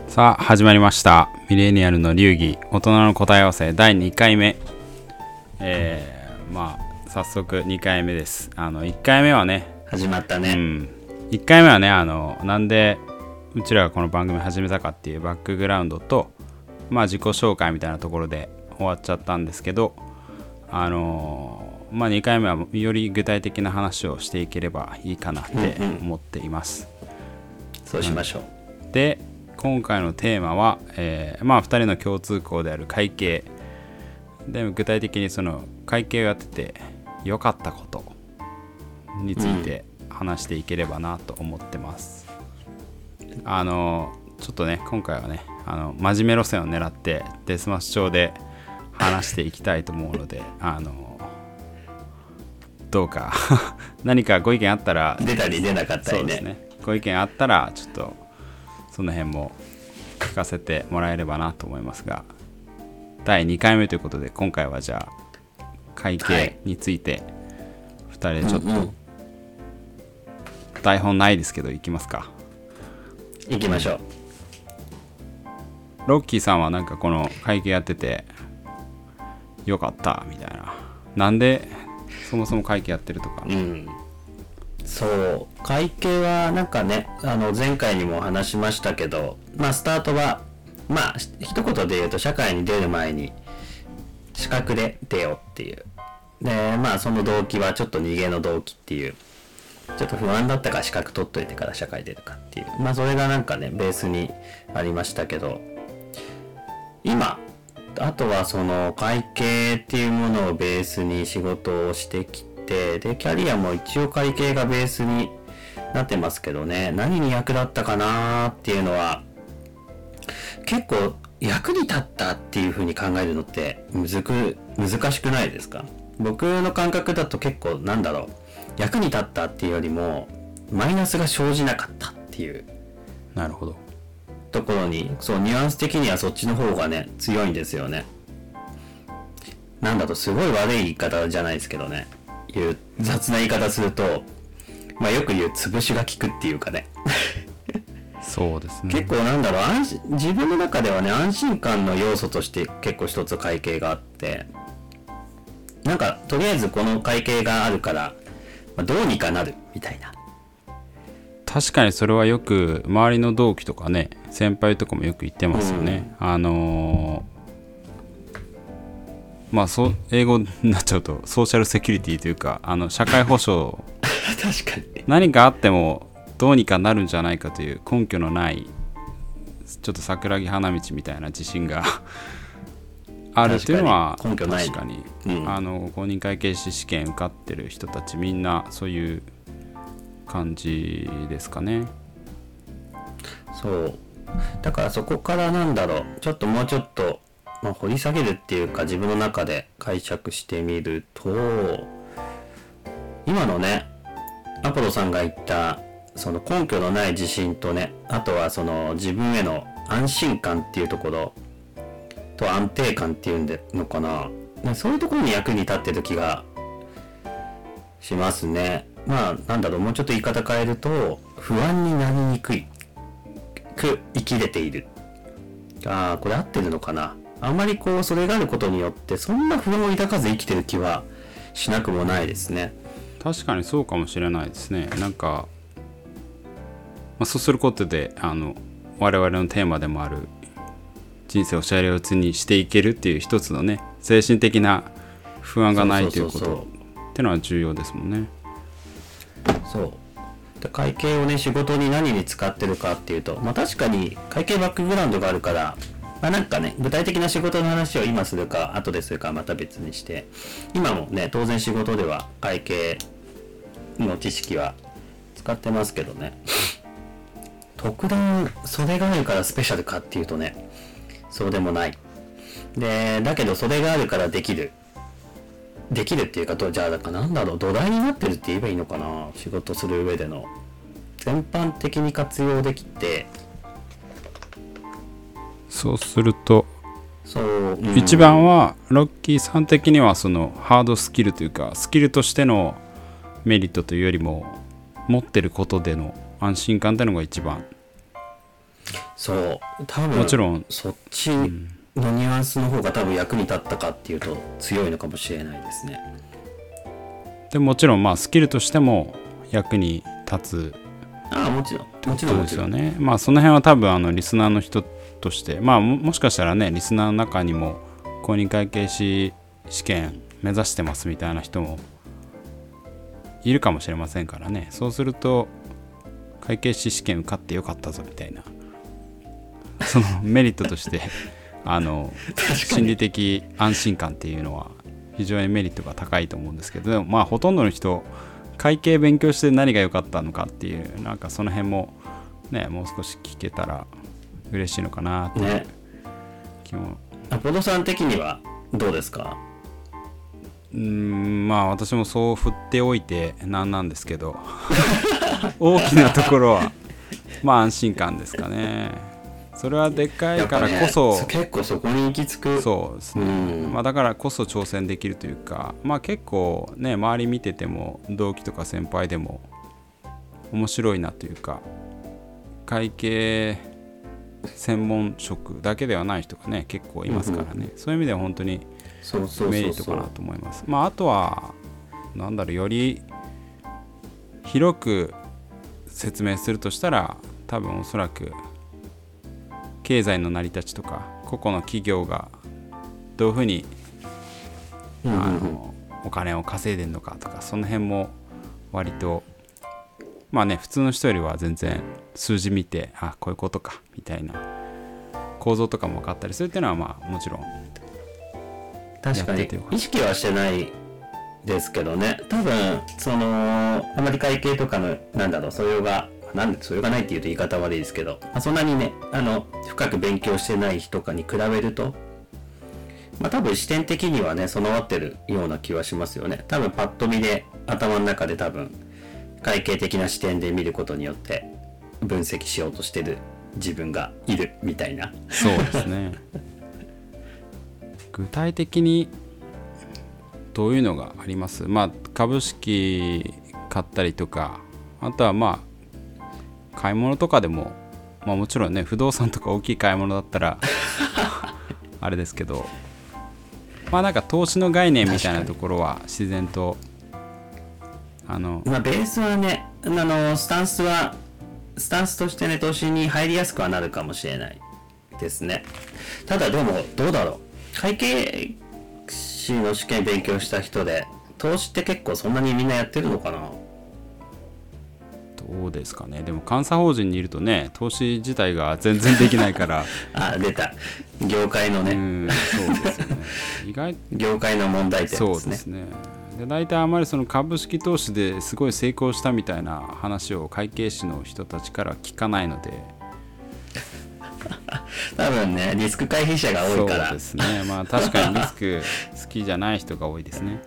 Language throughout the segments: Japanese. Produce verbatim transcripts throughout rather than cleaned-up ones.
さあ始まりました。ミレニアルの流儀大人の答え合わせだいにかいめ。えー、まあ早速にかいめです。あのいっかいめはね始まったね、 うん、いっかいめはねあのなんでうちらがこの番組始めたかっていうバックグラウンドと、まあ自己紹介みたいなところで終わっちゃったんですけど、あのー、まあにかいめはより具体的な話をしていければいいかなって思っています。 うんうん、そうしましょう、 うん、で今回のテーマは、えー、まあふたりの共通項である会計で、具体的にその会計をやってて良かったことについて話していければなと思ってます。うん、あのちょっとね今回はねあの真面目路線を狙ってデスマス調で話していきたいと思うのであのどうか何かご意見あったら出たり出なかったり ね, そうですねご意見あったらちょっとその辺も聞かせてもらえればなと思いますが、だいにかいめということで今回はじゃあ会計についてふたりでちょっと台本ないですけどいきますか。 いきましょう。 ロッキーさんはなんかこの会計やっててよかったみたいな、なんでそもそも会計やってるとか、 うん、そう会計はなんかねあの前回にも話しましたけど、まあスタートはまあ一言で言うと社会に出る前に資格で出ようっていうで、まあその動機はちょっと逃げの動機っていう、ちょっと不安だったから資格取っといてから社会出るかっていう、まあそれがなんかねベースにありましたけど、今あとはその会計っていうものをベースに仕事をしてきて、でキャリアも一応会計がベースになってますけどね、何に役立ったかなーっていうのは結構役に立ったっていう風に考えるのってむずく難しくないですか？僕の感覚だと結構なんだろう、役に立ったっていうよりもマイナスが生じなかったっていうなるほどところに、そうニュアンス的にはそっちの方がね強いんですよね。なんだとすごい悪い言い方じゃないですけどね、いう雑な言い方すると、まあよく言う潰しが効くっていうかねそうですね、 結構なんだろう安心自分の中ではね安心感の要素として結構一つ会計があって、なんかとりあえずこの会計があるから、まあ、どうにかなるみたいな。 確かにそれはよく周りの同期とかね先輩とかもよく言ってますよね。うん、あのー、まあそう英語になっちゃうとソーシャルセキュリティというかあの社会保障確かに何かあってもどうにかなるんじゃないかという根拠のないちょっと桜木花道みたいな自信があるというのは根拠ない確かに、 うん、 あの公認会計士試験受かってる人たちみんなそういう感じですかね。 そうだからそこからなんだろうちょっともうちょっと、まあ、掘り下げるっていうか自分の中で解釈してみると、今のねアポロさんが言ったその根拠のない自信とね、あとはその自分への安心感っていうところと安定感っていうんでのかな、そういうところに役に立ってる気がしますね。まあなんだろうもうちょっと言い方変えると不安になりにくいく生きれている。ああこれ合ってるのかな。あんまりこうそれがあることによってそんな不安を抱かず生きてる気はしなくもないですね。 確かにそうかもしれないですね。なんか、まあ、そうすることであの我々のテーマでもある人生をシャレオツにしていけるっていう一つのね精神的な不安がないということってのは重要ですもんね。 そうで会計をね仕事に何に使ってるかっていうと、まあ確かに会計バックグラウンドがあるから、まあなんかね具体的な仕事の話を今するか後でするかまた別にして、今もね当然仕事では会計の知識は使ってますけどね、特段それがあるからスペシャルかっていうとねそうでもない。でだけどそれがあるからできるできるっていうかと、じゃあだからなんだろう土台になってるって言えばいいのかな、仕事する上での全般的に活用できて。 そうするとそう、うん、 一番はロッキーさん的にはそのハードスキルというかスキルとしてのメリットというよりも持ってることでの安心感っていうのが一番そう多分もちろんそっちのニュアンスの方が多分役に立ったかっていうと強いのかもしれないですね。 でもちろんまあスキルとしても役に立つああもちろんもちろんそうですよね。まあその辺は多分あのリスナーの人としてまあ も, もしかしたらねリスナーの中にも公認会計士試験目指してますみたいな人もいるかもしれませんからね。そうすると会計士試験受かってよかったぞみたいなそのメリットとしてあの心理的安心感っていうのは非常にメリットが高いと思うんですけど、でもまあほとんどの人会計勉強して何が良かったのかっていうなんかその辺もねもう少し聞けたら嬉しいのかなっていう気も、ね、 アポロさん的にはどうですか？ うーんまあ私もそう振っておいてなんなんですけど大きなところはまあ安心感ですかね。それはでっかいからこそ、 ね、結構そこに行き着く。 そうですね、うんまあ、だからこそ挑戦できるというか、まあ結構ね周り見てても同期とか先輩でも面白いなというか会計専門職だけではない人がね結構いますからね、うん、そういう意味では本当にメリットかなと思います。まああとはなんだろうより広く説明するとしたら多分おそらく経済の成り立ちとか個々の企業がどういうふうに、うんうんうん、あのお金を稼いでるのかとかその辺も割とまあね普通の人よりは全然数字見てあこういうことかみたいな構造とかも分かったりするっていうのはまあもちろん確かに意識はしてないですけどね。多分そのあまり会計とかのなんだろう素養がなんでそれがないっていうと言い方悪いですけど、まあ、そんなにねあの深く勉強してない人とかに比べると、まあ、多分視点的にはね備わってるような気はしますよね。多分パッと見で頭の中で多分会計的な視点で見ることによって分析しようとしてる自分がいるみたいな。 そうですね具体的にどういうのがあります？まあ株式買ったりとかあとはまあ買い物とかでも、まあ、もちろんね不動産とか大きい買い物だったらあれですけどまあなんか投資の概念みたいなところは自然とあのまあベースはねあのスタンスはスタンスとしてね投資に入りやすくはなるかもしれないですね。ただでもどうだろう会計士の試験勉強した人で投資って結構そんなにみんなやってるのかな。 どうですかね。でも監査法人にいるとね投資自体が全然できないからあ出た業界のねうんそうですよね意外業界の問題点ですね。 そうですね。で大体あまりその株式投資ですごい成功したみたいな話を会計士の人たちから聞かないので多分ねリスク回避者が多いからそうですね。まあ確かにリスク好きじゃない人が多いですね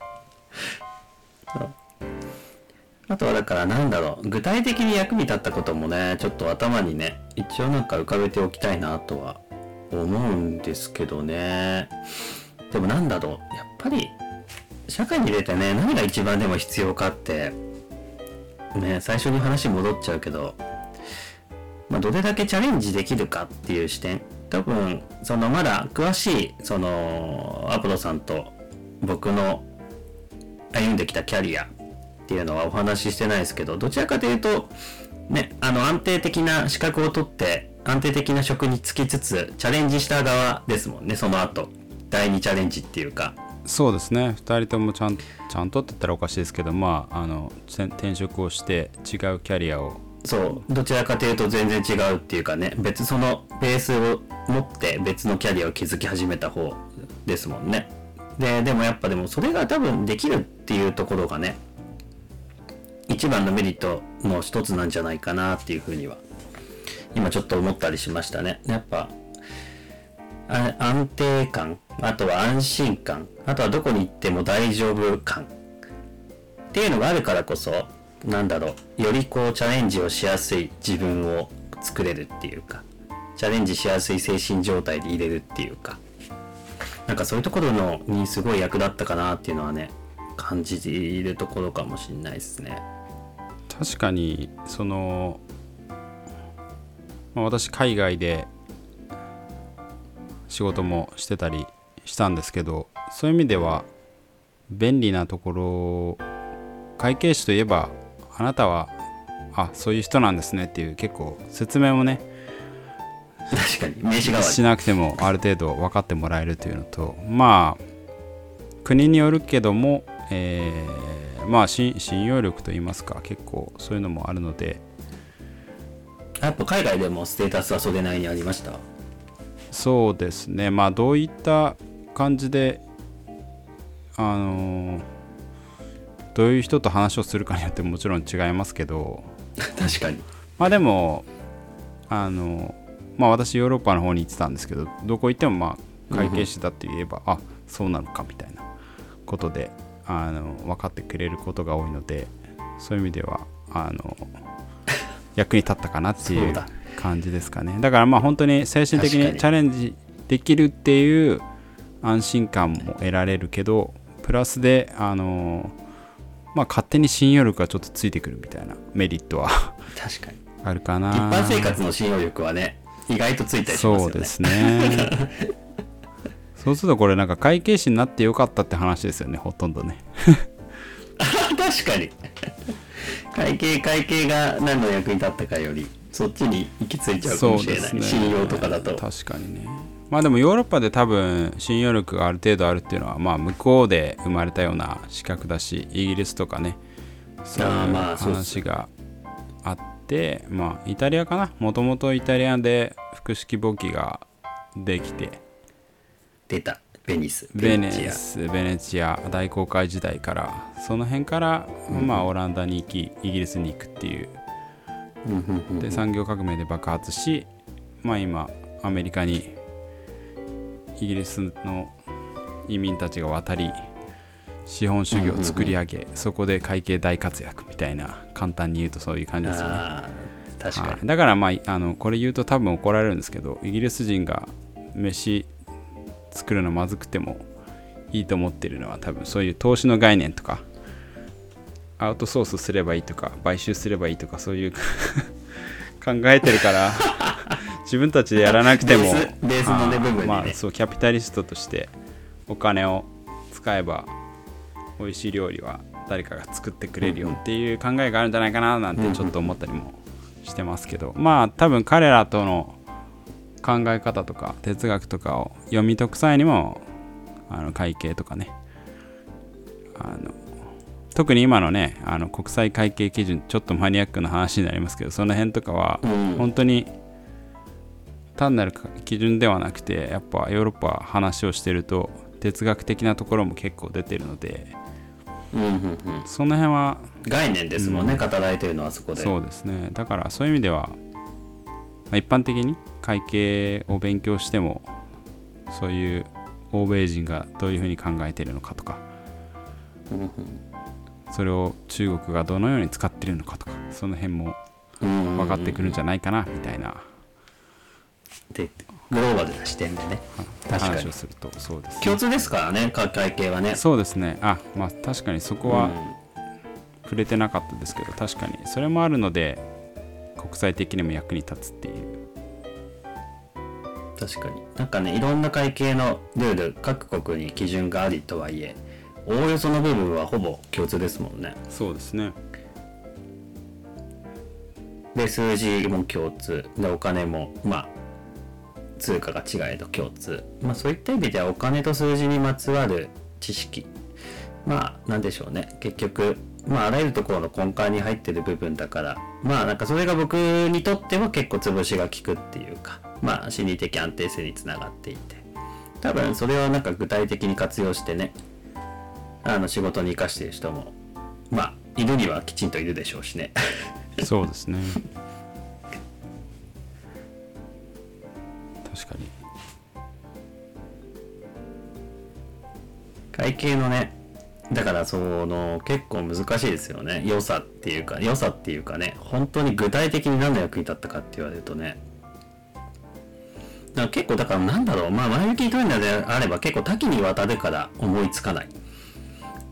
あとはだからなんだろう具体的に役に立ったこともねちょっと頭にね一応なんか浮かべておきたいなとは思うんですけどね。でもなんだろうやっぱり社会に出てね何が一番でも必要かってね最初に話戻っちゃうけど、まあ、どれだけチャレンジできるかっていう視点多分そのまだ詳しいそのアポロさんと僕の歩んできたキャリアっていうのはお話ししてないですけどどちらかというとねあの安定的な資格を取って安定的な職に就きつつチャレンジした側ですもんね。その後第二チャレンジっていうかそうですねふたりともちゃんちゃんとって言ったらおかしいですけどまああの転職をして違うキャリアをそうどちらかというと全然違うっていうかね別そのベースを持って別のキャリアを築き始めた方ですもんね。ででもやっぱでもそれが多分できるっていうところがね一番のメリットの一つなんじゃないかなっていうふうには今ちょっと思ったりしましたね。やっぱあ安定感あとは安心感あとはどこに行っても大丈夫感っていうのがあるからこそなんだろうよりこうチャレンジをしやすい自分を作れるっていうかチャレンジしやすい精神状態で入れるっていうかなんかそういうところのにすごい役立ったかなっていうのはね感じているところかもしれないですね。 確かにその、 まあ、私海外で仕事もしてたりしたんですけど、そういう意味では便利なところ、会計士といえばあなたはあそういう人なんですねっていう結構説明もね確かに名刺代わりしなくてもある程度分かってもらえるというのと、まあ国によるけども、えー、まあ信用力といいますか、結構そういうのもあるので。 やっぱ海外でもステータスはそれなりにありました？ そうですね、まあどういった感じであのどういう人と話をするかによってもちろん違いますけど確かに。 まあでもあのまあ私ヨーロッパの方に行ってたんですけど、どこ行ってもまあ会計士だって言えば、うん、あそうなのかみたいなことであの分かってくれることが多いので、そういう意味ではあの役に立ったかなっていう感じですかね。だからまあ本当に精神的にチャレンジできるっていう安心感も得られるけど、プラスであのまあ勝手に信用力がちょっとついてくるみたいなメリットは確かにあるかな。 一般生活の信用力はね意外とついたりしますよね。 そうですねそうするとこれなんか会計士になってよかったって話ですよね、ほとんどね確かに会計会計が何の役に立ったかよりそっちに行き着いちゃうかもしれない、ね、信用とかだと。確かにね。まあでもヨーロッパで多分信用力がある程度あるっていうのはまあ向こうで生まれたような資格だし、イギリスとかねそういう話があって、まあイタリアかな、もともとイタリアで複式簿記ができて出たベニスベネスベネチア大航海時代からその辺から、うんまあ、オランダに行きイギリスに行くっていう、うん、で産業革命で爆発し、まあ、今アメリカにイギリスの移民たちが渡り資本主義を作り上げ、うんうんうん、そこで会計大活躍みたいな、簡単に言うとそういう感じですよね。 あ確かに、 はい、だからまああのこれ言うと多分怒られるんですけど、イギリス人が飯作るのまずくてもいいと思ってるのは多分そういう投資の概念とかアウトソースすればいいとか買収すればいいとかそういう考えてるから自分たちでやらなくてもベース、ベースの、ね、部分にね、 まあ、そうキャピタリストとしてお金を使えば美味しい料理は誰かが作ってくれるよっていう考えがあるんじゃないかななんてちょっと思ったりもしてますけど、まあ多分彼らとの考え方とか哲学とかを読み解く際にもあの会計とかね、あの特に今のねあの国際会計基準、ちょっとマニアックな話になりますけど、その辺とかは本当に単なる基準ではなくて、やっぱヨーロッパ話をしてると哲学的なところも結構出てるので、 うんうんうん、 その辺は概念ですもんね、うん、語られてるのはそこで。 そうですね。だからそういう意味では、まあ、一般的に会計を勉強してもそういう欧米人がどういうふうに考えているのかとか、 うんうん、 それを中国がどのように使っているのかとか、その辺も分かってくるんじゃないかなみたいな、 でグローバルな視点でね話をするとそうです、ね、 共通ですからね、会計はね。 そうですね。あ、まあ確かにそこは触れてなかったですけど、確かにそれもあるので国際的にも役に立つっていう。 確かになんかね、いろんな会計のルール各国に基準がありとはいえ、おおよその部分はほぼ共通ですもんね。 そうですね。 で数字も共通で、お金もまあ通貨が違えど共通、まあそういった意味ではお金と数字にまつわる知識、まあなんでしょうね、結局まああらゆるところの根幹に入ってる部分だから、まあなんかそれが僕にとっては結構潰しが効くっていうか、まあ心理的安定性につながっていて、多分それをなんか具体的に活用してね、あの仕事に生かしている人もまあいるにはきちんといるでしょうしねそうですね確かに会計のね、だからその結構難しいですよね。良さっていうか良さっていうかね、本当に具体的に何の役に立ったかって言われるとね、だから結構だからなんだろう、まあ前向きに取るのであれば結構多岐にわたるから思いつかない。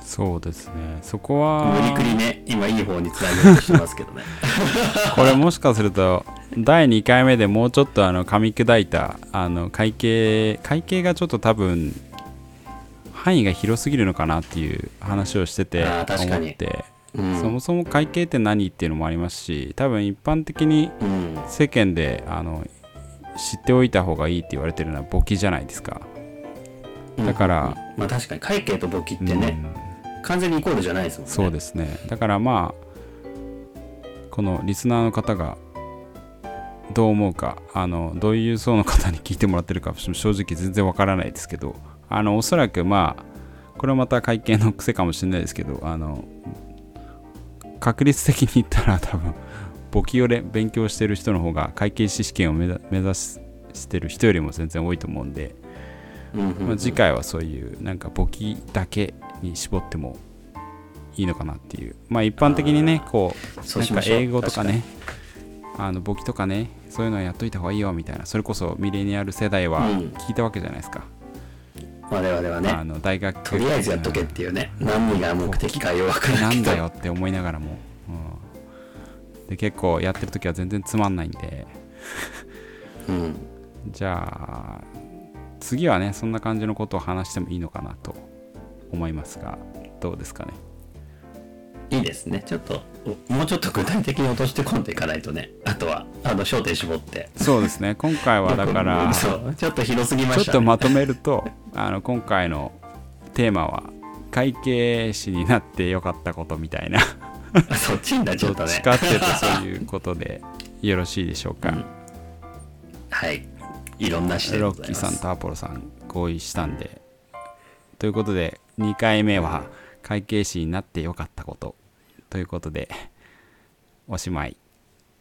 そうですね、そこは無理くりね今いい方につなげようとしてますけどねこれもしかするとだいにかいめでもうちょっとあの噛み砕いたあの会計会計がちょっと多分範囲が広すぎるのかなっていう話をしててあー確かに思って、 うん、 そもそも会計って何っていうのもありますし、多分一般的にうん世間であの知っておいた方がいいって言われてるのは簿記じゃないですか。だから、 うんうんうん、まあ確かに会計と簿記ってね、うん、完全にイコールじゃないですもんね。 そうですね。だからまあこのリスナーの方がどう思うか、あのどういう層の方に聞いてもらってるか正直全然わからないですけど、あのおそらくまあこれはまた会計の癖かもしれないですけど、あの確率的に言ったら多分簿記を勉強してる人の方が会計士試験を目指してる人よりも全然多いと思うんで、 うんうんうん、 まあ、次回はそういうなんか簿記だけに絞ってもいいのかなっていう、まあ一般的にねこうなんか英語とかね、あの簿記とかね、そういうのはやっといた方がいいよみたいな、それこそミレニアル世代は聞いたわけじゃないですか、 うん、我々はね、 あの大学とりあえずやっとけっていうね、何が目的か弱くないなんだよって思いながらも、うん、で結構やってる時は全然つまんないんで、 うん、 じゃあ次はねそんな感じのことを話してもいいのかなと思いますが、どうですかね。 いいですね。ちょっともうちょっと具体的に落として込んでいかないとね、あとはあの焦点絞って。 そうですね、今回はだからそうちょっと広すぎましたね。 ちょっとまとめるとあの今回のテーマは会計士になってよかったことみたいなそっちになっちゃったね。 どっちかっていうとそういうことでよろしいでしょうか、うん、 はい、いろんな視点でございます。 ロッキーさんとアポロさん合意したんで、ということでにかいめは会計士になってよかったことということでおしまい。